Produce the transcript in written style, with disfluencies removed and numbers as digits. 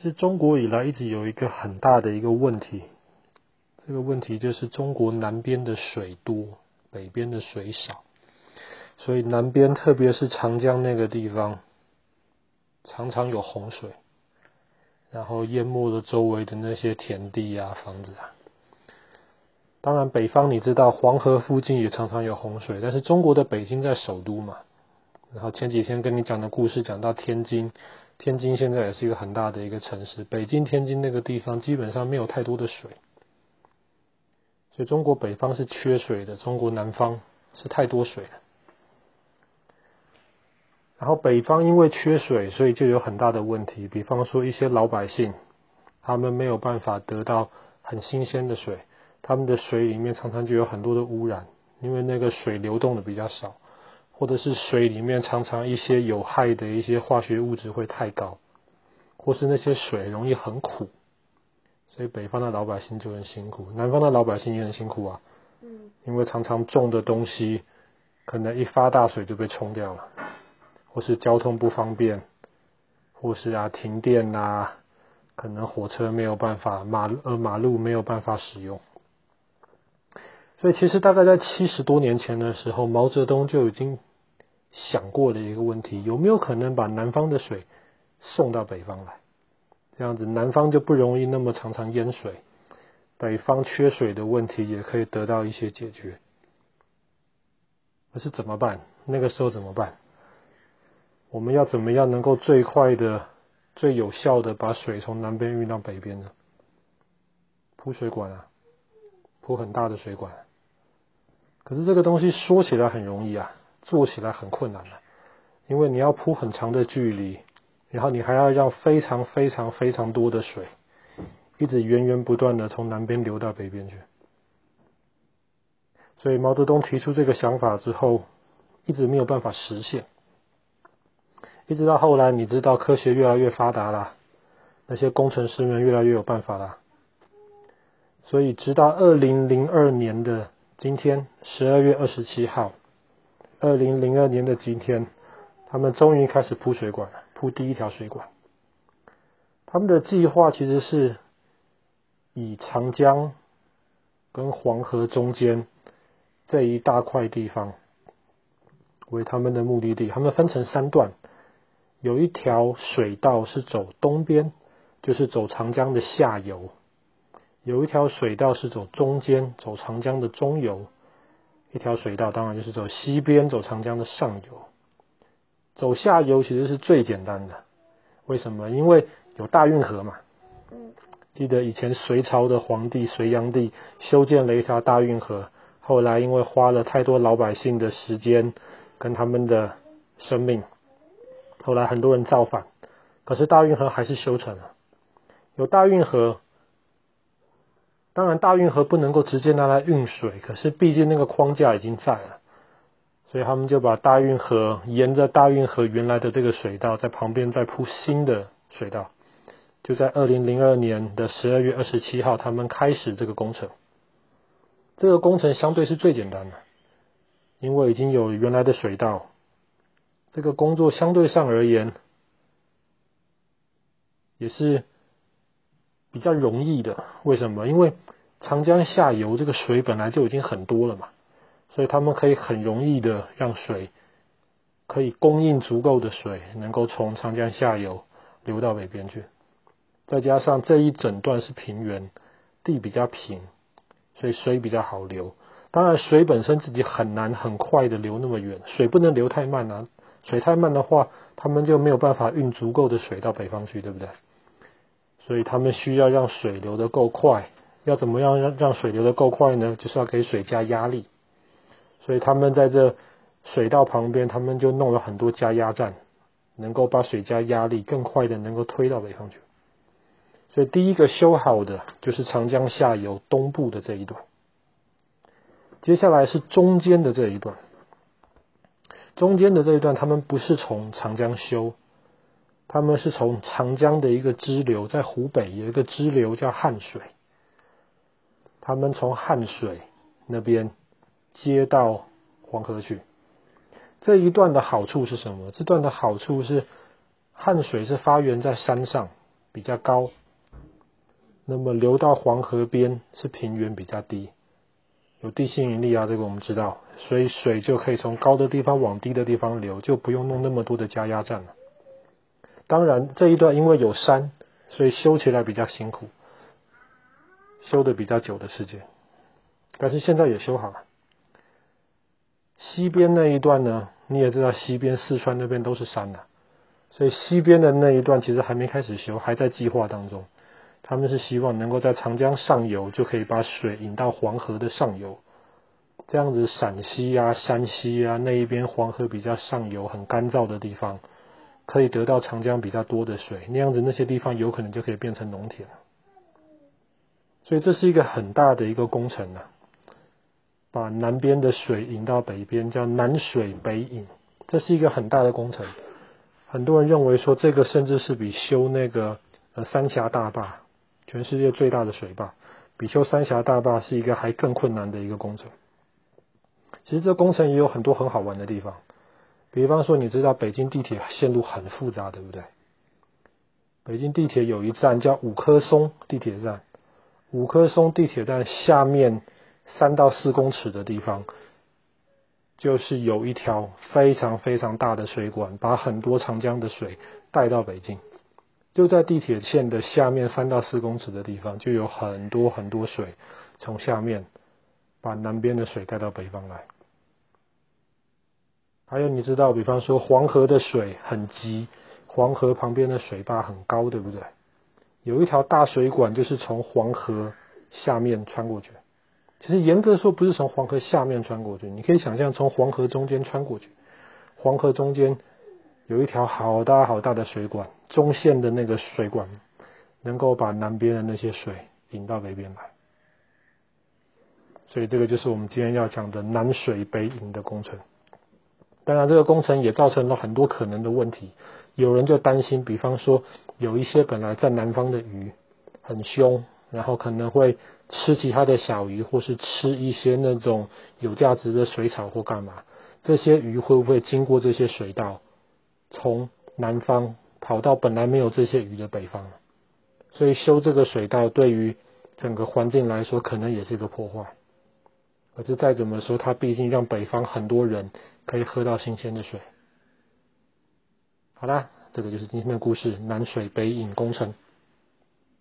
其实中国以来一直有一个很大的一个问题，这个问题就是中国南边的水多，北边的水少，所以南边特别是长江那个地方常常有洪水，然后淹没了周围的那些田地啊、房子啊。当然北方你知道黄河附近也常常有洪水，但是中国的北京在首都嘛，然后前几天跟你讲的故事讲到天津，天津现在也是一个很大的一个城市，北京、天津那个地方基本上没有太多的水，所以中国北方是缺水的，中国南方是太多水了。然后北方因为缺水，所以就有很大的问题，比方说一些老百姓，他们没有办法得到很新鲜的水，他们的水里面常常就有很多的污染，因为那个水流动的比较少，或者是水里面常常一些有害的一些化学物质会太高，或是那些水容易很苦，所以北方的老百姓就很辛苦，南方的老百姓也很辛苦啊，因为常常种的东西可能一发大水就被冲掉了，或是交通不方便，或是停电啊，可能火车没有办法，马路没有办法使用。所以其实大概在70多年前的时候，毛泽东就已经想过的一个问题，有没有可能把南方的水送到北方来，这样子南方就不容易那么常常淹水，北方缺水的问题也可以得到一些解决。可是怎么办？那个时候怎么办？我们要怎么样能够最快的、最有效的把水从南边运到北边呢？铺水管啊，铺很大的水管。可是这个东西说起来很容易啊，做起来很困难啊，因为你要铺很长的距离，然后你还要让非常非常非常多的水一直源源不断的从南边流到北边去。所以毛泽东提出这个想法之后，一直没有办法实现。一直到后来你知道科学越来越发达了，那些工程师们越来越有办法了，所以直到2002年的今天12月27号2002年的今天，他们终于开始铺水管了，铺第一条水管。他们的计划其实是以长江跟黄河中间这一大块地方为他们的目的地，他们分成3段，有一条水道是走东边，就是走长江的下游，有一条水道是走中间，走长江的中游，一条水道当然就是走西边，走长江的上游。走下游其实是最简单的，为什么？因为有大运河嘛。记得以前隋朝的皇帝隋炀帝修建了一条大运河，后来因为花了太多老百姓的时间跟他们的生命，后来很多人造反，可是大运河还是修成了。有大运河，当然大运河不能够直接拿来运水，可是毕竟那个框架已经在了，所以他们就把大运河沿着大运河原来的这个水道在旁边再铺新的水道，就在2002年的12月27号他们开始这个工程。这个工程相对是最简单的，因为已经有原来的水道，这个工作相对上而言也是比较容易的。为什么？因为长江下游这个水本来就已经很多了嘛，所以他们可以很容易的让水可以供应足够的水能够从长江下游流到北边去。再加上这一整段是平原，地比较平，所以水比较好流。当然水本身自己很难很快的流那么远，水不能流太慢啊，水太慢的话他们就没有办法运足够的水到北方去，对不对？所以他们需要让水流得够快。要怎么样让水流得够快呢？就是要给水加压力。所以他们在这水道旁边他们就弄了很多加压站，能够把水加压力更快的能够推到北方去。所以第一个修好的就是长江下游东部的这一段，接下来是中间的这一段。中间的这一段他们不是从长江修，他们是从长江的一个支流，在湖北有一个支流叫汉水，他们从汉水那边接到黄河去。这一段的好处是什么？这段的好处是汉水是发源在山上， 比较高，那么流到黄河边是平原比较低，有地心引力啊，这个我们知道，所以水就可以从高的地方往低的地方流，就不用弄那么多的加压站了。当然这一段因为有山，所以修起来比较辛苦，修的比较久的时间，但是现在也修好了。西边那一段呢，你也知道西边四川那边都是山啊，所以西边的那一段其实还没开始修，还在计划当中。他们是希望能够在长江上游就可以把水引到黄河的上游，这样子陕西啊、山西啊那一边黄河比较上游很干燥的地方，可以得到长江比较多的水，那样子那些地方有可能就可以变成农田了。所以这是一个很大的一个工程啊，把南边的水引到北边，叫南水北引，这是一个很大的工程。很多人认为说这个甚至是比修那个三峡大坝，全世界最大的水坝，比修三峡大坝是一个还更困难的一个工程。其实这工程也有很多很好玩的地方，比方说你知道北京地铁线路很复杂，对不对？北京地铁有一站叫五棵松地铁站，五棵松地铁站下面3到4公尺的地方，就是有一条非常非常大的水管，把很多长江的水带到北京。就在地铁线的下面3到4公尺的地方，就有很多很多水从下面把南边的水带到北方来。还有你知道，比方说黄河的水很急，黄河旁边的水坝很高，对不对？有一条大水管就是从黄河下面穿过去。其实严格说不是从黄河下面穿过去，你可以想象从黄河中间穿过去。黄河中间有一条好大好大的水管，中线的那个水管能够把南边的那些水引到北边来。所以这个就是我们今天要讲的南水北引的工程。当然这个工程也造成了很多可能的问题，有人就担心，比方说有一些本来在南方的鱼很凶，然后可能会吃其他的小鱼，或是吃一些那种有价值的水草或干嘛，这些鱼会不会经过这些水道从南方跑到本来没有这些鱼的北方？所以修这个水道对于整个环境来说可能也是一个破坏，可是再怎么说它毕竟让北方很多人可以喝到新鲜的水。好啦，这个就是今天的故事，南水北引工程。